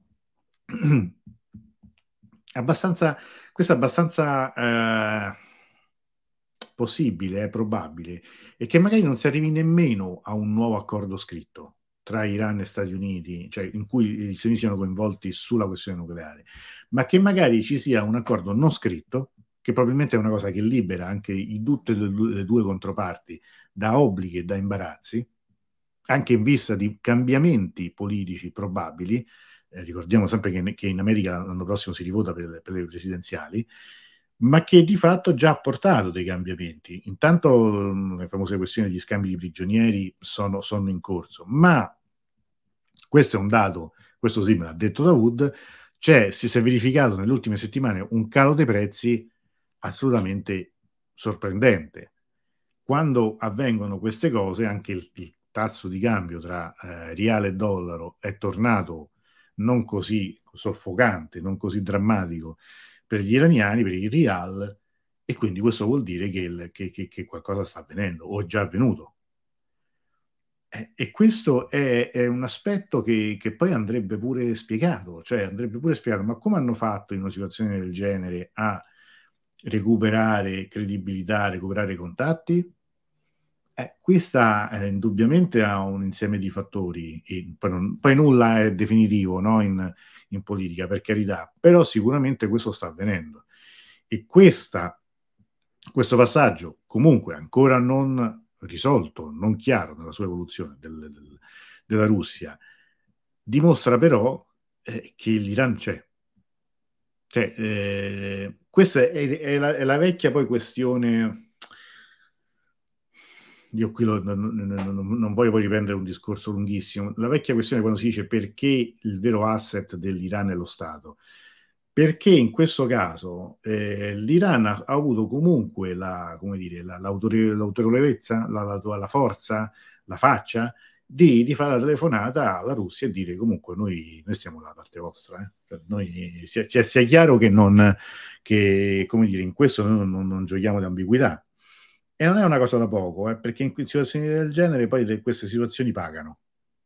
abbastanza, questo è abbastanza eh, possibile, è probabile, e che magari non si arrivi nemmeno a un nuovo accordo scritto tra Iran e Stati Uniti, cioè in cui gli Stati Uniti siano coinvolti sulla questione nucleare, ma che magari ci sia un accordo non scritto, che probabilmente è una cosa che libera anche i, tutte le, le due controparti da obblighi e da imbarazzi, anche in vista di cambiamenti politici probabili. Eh, ricordiamo sempre che, che in America l'anno prossimo si rivota per le, per le presidenziali, ma che di fatto già ha portato dei cambiamenti. Intanto mh, le famose questioni degli scambi di prigionieri sono, sono in corso, ma questo è un dato, questo sì me l'ha detto Dawood, cioè si è verificato nelle ultime settimane un calo dei prezzi assolutamente sorprendente. Quando avvengono queste cose, anche il, il tasso di cambio tra eh, reale e dollaro è tornato non così soffocante, non così drammatico per gli iraniani, per il rial, e quindi questo vuol dire che, il, che, che, che qualcosa sta avvenendo o è già avvenuto. Eh, e questo è, è un aspetto che, che poi andrebbe pure spiegato, cioè andrebbe pure spiegato, ma come hanno fatto in una situazione del genere a recuperare credibilità, recuperare i contatti? Eh, questa eh, indubbiamente ha un insieme di fattori, e poi, non- poi nulla è definitivo, no, in, in politica, per carità, però sicuramente questo sta avvenendo. E questa, questo passaggio, comunque ancora non risolto, non chiaro nella sua evoluzione del- del- della Russia, dimostra però eh, che l'Iran c'è. Cioè, eh, questa è, è la, è la vecchia poi questione. Io qui lo- non, non- non- non voglio poi riprendere un discorso lunghissimo. La vecchia questione quando si dice perché il vero asset dell'Iran è lo Stato. Perché in questo caso eh, l'Iran ha, ha avuto comunque la, come dire, la- l'autore- l'autorevolezza, la, la- la forza, la faccia di, di fare la telefonata alla Russia e dire comunque noi, noi stiamo dalla parte vostra. Eh. Cioè, noi, sia, sia- sia chiaro che, non, che come dire, in questo noi non, non- non giochiamo di ambiguità. E non è una cosa da poco, eh, perché in situazioni del genere poi le- queste situazioni pagano.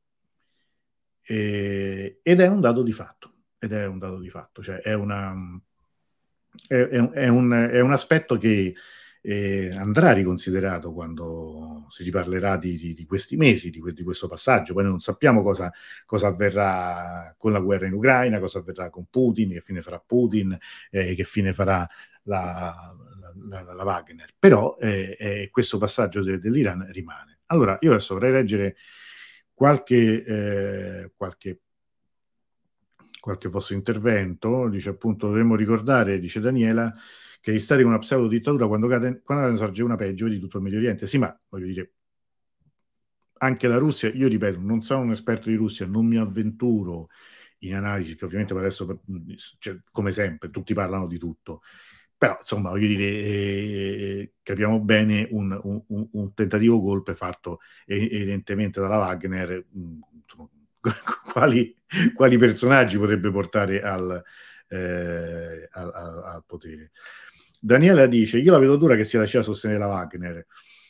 E- ed è un dato di fatto. Ed è un dato di fatto, cioè è una, è, è un, è un- è un aspetto che eh, andrà riconsiderato quando si riparlerà di, di- di questi mesi, di, que- di questo passaggio. Poi noi non sappiamo cosa, cosa avverrà con la guerra in Ucraina, cosa avverrà con Putin, che fine farà Putin, eh, che fine farà la, la- la- la Wagner. Però eh, eh, questo passaggio de- dell'Iran rimane. Allora, io adesso vorrei leggere qualche, eh, qualche qualche vostro intervento, dice appunto dovremmo ricordare, dice Daniela, che gli stati con una pseudo dittatura quando cade, quando ne sorge una peggio di tutto il Medio Oriente. Sì, ma voglio dire, anche la Russia, io ripeto, non sono un esperto di Russia, non mi avventuro in analisi, che ovviamente per adesso, cioè, come sempre, tutti parlano di tutto. Però, insomma, voglio dire, eh, capiamo bene un, un- un tentativo golpe fatto eh, evidentemente dalla Wagner, mh, insomma, quali, quali personaggi potrebbe portare al, eh, al, al- al potere. Daniela dice: Io la vedo dura che sia lasciata sostenere la Wagner.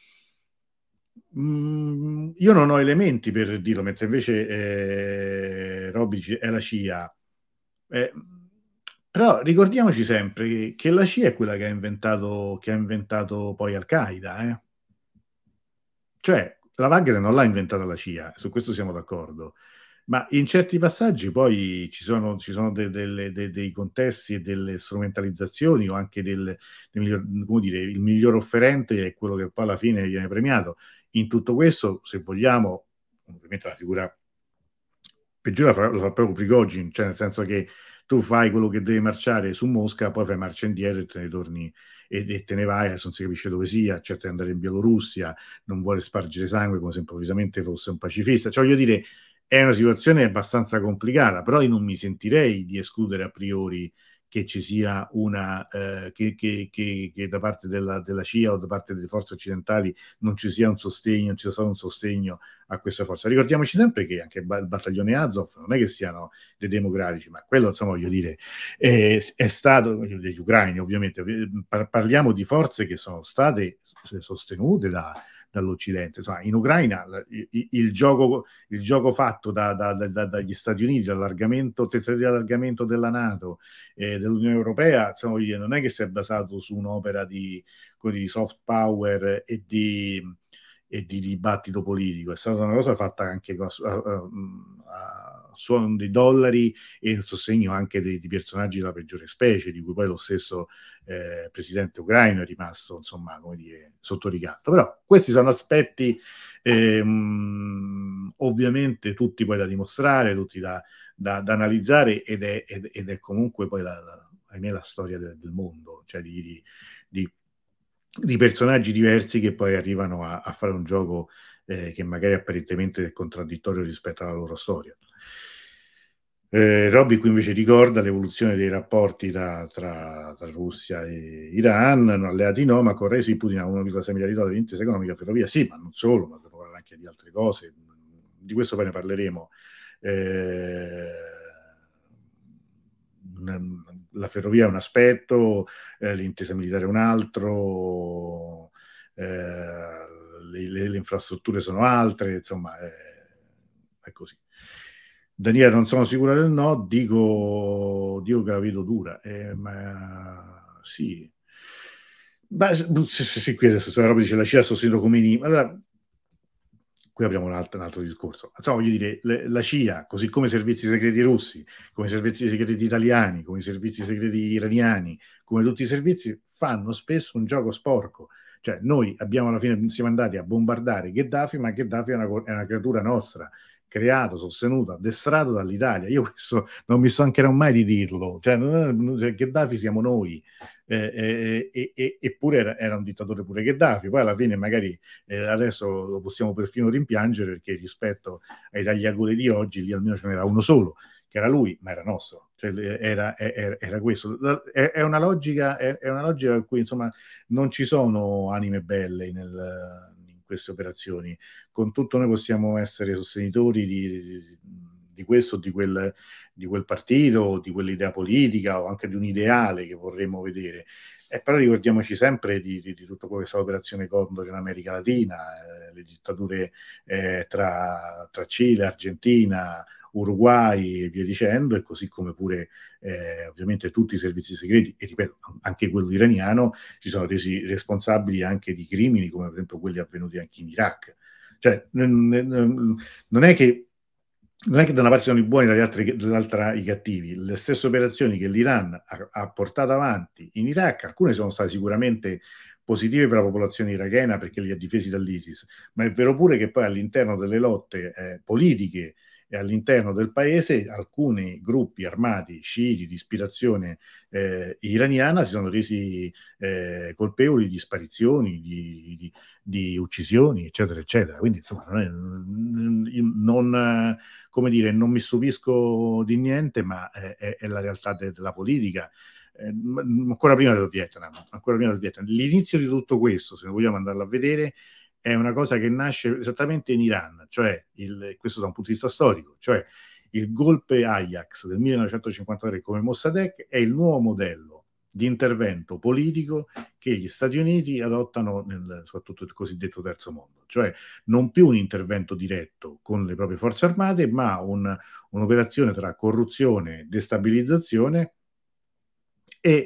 Mm, io non ho elementi per dirlo, mentre invece eh, Robic è la C I A. Eh, Però ricordiamoci sempre che, che la C I A è quella che ha inventato, che ha inventato poi Al-Qaeda, eh? Cioè, la Wagner non l'ha inventata la C I A, su questo siamo d'accordo, ma in certi passaggi poi ci sono, ci sono de- delle- de- dei contesti e delle strumentalizzazioni o anche del, del miglior, come dire, il miglior offerente è quello che poi alla fine viene premiato. In tutto questo, se vogliamo, ovviamente la figura peggiore la fa, la fa proprio Prigozhin, cioè nel senso che tu fai quello che deve marciare su Mosca, poi fai marcia indietro e te ne torni e, e te ne vai, adesso non si capisce dove sia, cerca di andare in Bielorussia, non vuole spargere sangue come se improvvisamente fosse un pacifista. Cioè, voglio dire, è una situazione abbastanza complicata, però io non mi sentirei di escludere a priori che ci sia una, eh, che, che, che, che da parte della, della C I A o da parte delle forze occidentali non ci sia un sostegno, non ci sia stato un sostegno a questa forza. Ricordiamoci sempre che anche il battaglione Azov non è che siano dei democratici, ma quello, insomma, voglio dire, è, è stato degli ucraini, ovviamente. Parliamo di forze che sono state sostenute da, dall'Occidente. Insomma, in Ucraina il, il, gioco, il gioco fatto da, da, da, dagli Stati Uniti, l'allargamento, di allargamento della NATO e eh, dell'Unione Europea, insomma, non è che si è basato su un'opera di, di soft power e di e di dibattito politico, è stata una cosa fatta anche a, a, a suon di dollari e il sostegno anche di, di personaggi della peggiore specie, di cui poi lo stesso eh, presidente ucraino è rimasto, insomma, come dire, sotto ricatto. Però questi sono aspetti ehm, ovviamente tutti poi da dimostrare, tutti da, da, da analizzare ed è, ed, ed è comunque poi la, la, ahimè, la storia del, del mondo, cioè di, di, di di personaggi diversi che poi arrivano a, a fare un gioco eh, che magari apparentemente è contraddittorio rispetto alla loro storia. Eh, Robby qui invece ricorda l'evoluzione dei rapporti tra, tra, tra Russia e Iran, non alleati no, ma con Resi Putin ha uno virgola sei miliardi di dollari di intesa economica ferrovia, sì, ma non solo, ma devo parlare anche di altre cose, di questo poi ne parleremo. Eh, la ferrovia è un aspetto, eh, l'intesa militare è un altro, eh, le, le, le, infrastrutture sono altre, insomma, è, è così. Daniele, non sono sicura del no, dico, dico che la vedo dura, eh, ma sì. Beh, sì, sì, sì, qui adesso se la roba dice la C I A ha sostenuto Khomeini, allora qui apriamo un altro, un altro discorso. Insomma, voglio dire, le, la C I A, così come i servizi segreti russi, come i servizi segreti italiani, come i servizi segreti iraniani, come tutti i servizi, fanno spesso un gioco sporco. Cioè, noi abbiamo alla fine siamo andati a bombardare Gheddafi, ma Gheddafi è una, è una creatura nostra, creato, sostenuto, addestrato dall'Italia. Io questo non mi stancherò mai di dirlo. Cioè, non, Gheddafi siamo noi. Eh, eh, eh, eppure era, era un dittatore pure Gheddafi.Ppoi alla fine magari eh, adesso lo possiamo perfino rimpiangere perché rispetto ai tagliagole di oggi lì almeno ce n'era uno solo che era lui, ma era nostro, cioè, era, era, era questo. È, è, una logica, è, è una logica in cui insomma non ci sono anime belle nel, in queste operazioni. Con tutto noi possiamo essere sostenitori di, di, di questo o di quel, di quel partito, di quell'idea politica o anche di un ideale che vorremmo vedere. Eh, però ricordiamoci sempre di, di, di tutto quello che è stata l'operazione Condor in America Latina, eh, le dittature eh, tra, tra Cile, Argentina, Uruguay e via dicendo, e così come pure eh, ovviamente tutti i servizi segreti, e ripeto, anche quello iraniano, si sono resi responsabili anche di crimini come per esempio quelli avvenuti anche in Iraq. Cioè, non è che non è che da una parte sono i buoni e dall'altra i cattivi. Le stesse operazioni che l'Iran ha, ha portato avanti in Iraq, alcune sono state sicuramente positive per la popolazione irachena perché li ha difesi dall'ISIS, ma è vero pure che poi all'interno delle lotte eh, politiche e all'interno del paese alcuni gruppi armati sciiti di ispirazione eh, iraniana si sono resi eh, colpevoli di sparizioni, di, di, di uccisioni, eccetera, eccetera. Quindi, insomma, non, è, non, come dire, non mi stupisco di niente, ma è, è, è la realtà de, della politica. Eh, ancora prima del Vietnam, ancora prima del Vietnam. L'inizio di tutto questo, se vogliamo andarlo a vedere, è una cosa che nasce esattamente in Iran, cioè il, questo da un punto di vista storico, cioè il golpe Ajax del millenovecentocinquantatré come Mossadegh è il nuovo modello di intervento politico che gli Stati Uniti adottano nel, soprattutto il cosiddetto terzo mondo, cioè non più un intervento diretto con le proprie forze armate, ma un, un'operazione tra corruzione e destabilizzazione e,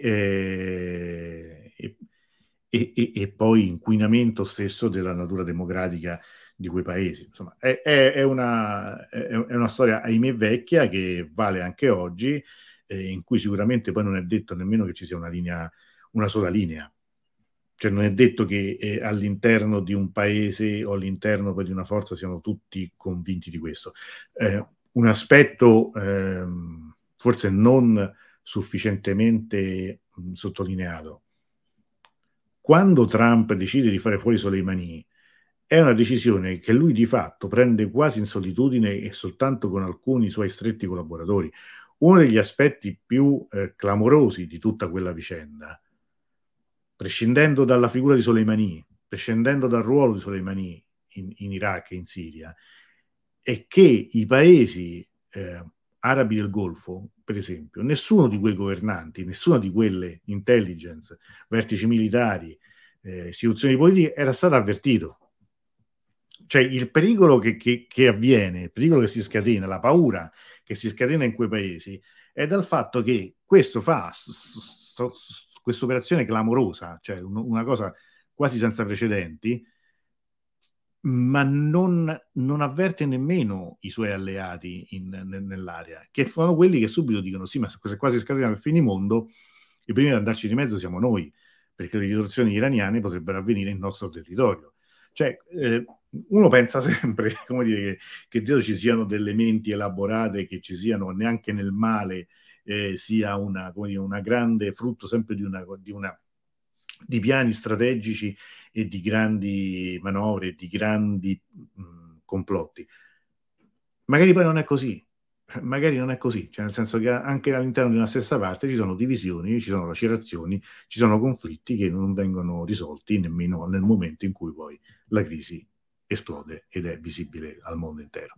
eh, e, e, e, e poi inquinamento stesso della natura democratica di quei paesi. Insomma, è, è, è, una, è una storia, ahimè, vecchia, che vale anche oggi, eh, in cui sicuramente poi non è detto nemmeno che ci sia una linea, una sola linea. Cioè non è detto che eh, all'interno di un paese o all'interno poi di una forza siano tutti convinti di questo. Eh, un aspetto ehm, forse non sufficientemente mh, sottolineato. Quando Trump decide di fare fuori Soleimani, è una decisione che lui di fatto prende quasi in solitudine e soltanto con alcuni suoi stretti collaboratori. Uno degli aspetti più eh, clamorosi di tutta quella vicenda, prescindendo dalla figura di Soleimani, prescindendo dal ruolo di Soleimani in, in Iraq e in Siria, è che i paesi eh, arabi del Golfo, per esempio, nessuno di quei governanti, nessuna di quelle intelligence, vertici militari, eh, istituzioni politiche era stato avvertito. Cioè il pericolo che, che, che avviene, il pericolo che si scatena, la paura che si scatena in quei paesi è dal fatto che questo fa questa operazione clamorosa, cioè un, una cosa quasi senza precedenti, ma non, non avverte nemmeno i suoi alleati in, nel, nell'area, che sono quelli che subito dicono sì, ma se quasi scatena per finimondo, i primi ad andarci di mezzo siamo noi, perché le ritorsioni iraniane potrebbero avvenire in nostro territorio. Cioè, eh, uno pensa sempre, come dire, che, che dietro ci siano delle menti elaborate, che ci siano neanche nel male, eh, sia una, come dire, una grande frutto sempre di una, di una di piani strategici e di grandi manovre, di grandi mh, complotti. Magari poi non è così, magari non è così, cioè nel senso che anche all'interno di una stessa parte ci sono divisioni, ci sono lacerazioni, ci sono conflitti che non vengono risolti nemmeno nel momento in cui poi la crisi esplode ed è visibile al mondo intero.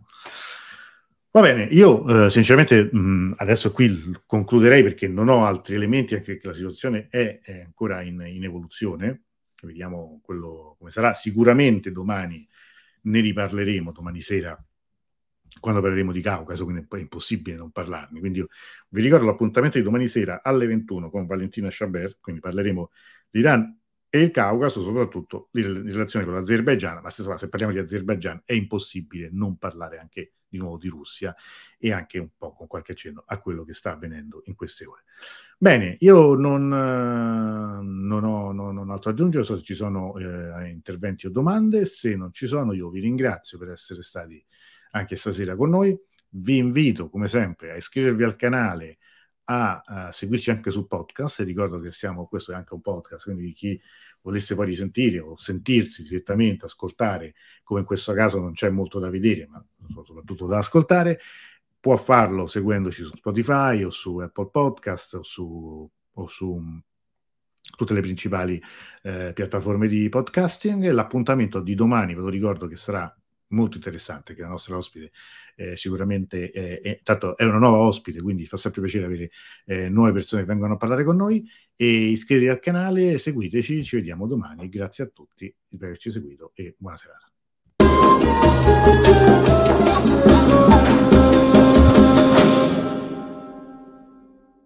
Va bene, io eh, sinceramente mh, adesso qui concluderei perché non ho altri elementi, anche perché la situazione è, è ancora in, in evoluzione. Vediamo quello come sarà. Sicuramente domani ne riparleremo, domani sera, quando parleremo di Caucaso, quindi è impossibile non parlarne. Quindi io vi ricordo l'appuntamento di domani sera alle ventuno con Valentina Chaber, quindi parleremo di Iran e il Caucaso, soprattutto in relazione con l'Azerbaigian, ma stessa cosa, se parliamo di Azerbaigian è impossibile non parlare anche di nuovo di Russia e anche un po' con qualche accenno a quello che sta avvenendo in queste ore. Bene, io non, eh, non, ho, non, non ho altro da aggiungere, so se ci sono eh, interventi o domande, se non ci sono io vi ringrazio per essere stati anche stasera con noi, vi invito come sempre a iscrivervi al canale, a, a seguirci anche sul podcast, ricordo che siamo, questo è anche un podcast, quindi chi volesse poi risentire o sentirsi direttamente, ascoltare, come in questo caso non c'è molto da vedere, ma soprattutto da ascoltare, può farlo seguendoci su Spotify o su Apple Podcast o su, o su tutte le principali eh, piattaforme di podcasting. L'appuntamento di domani, ve lo ricordo che sarà molto interessante, che la nostra ospite eh, sicuramente è, è, tanto è una nuova ospite, quindi fa sempre piacere avere eh, nuove persone che vengono a parlare con noi. E iscrivetevi al canale, seguiteci, ci vediamo domani. Grazie a tutti per averci seguito e buona serata.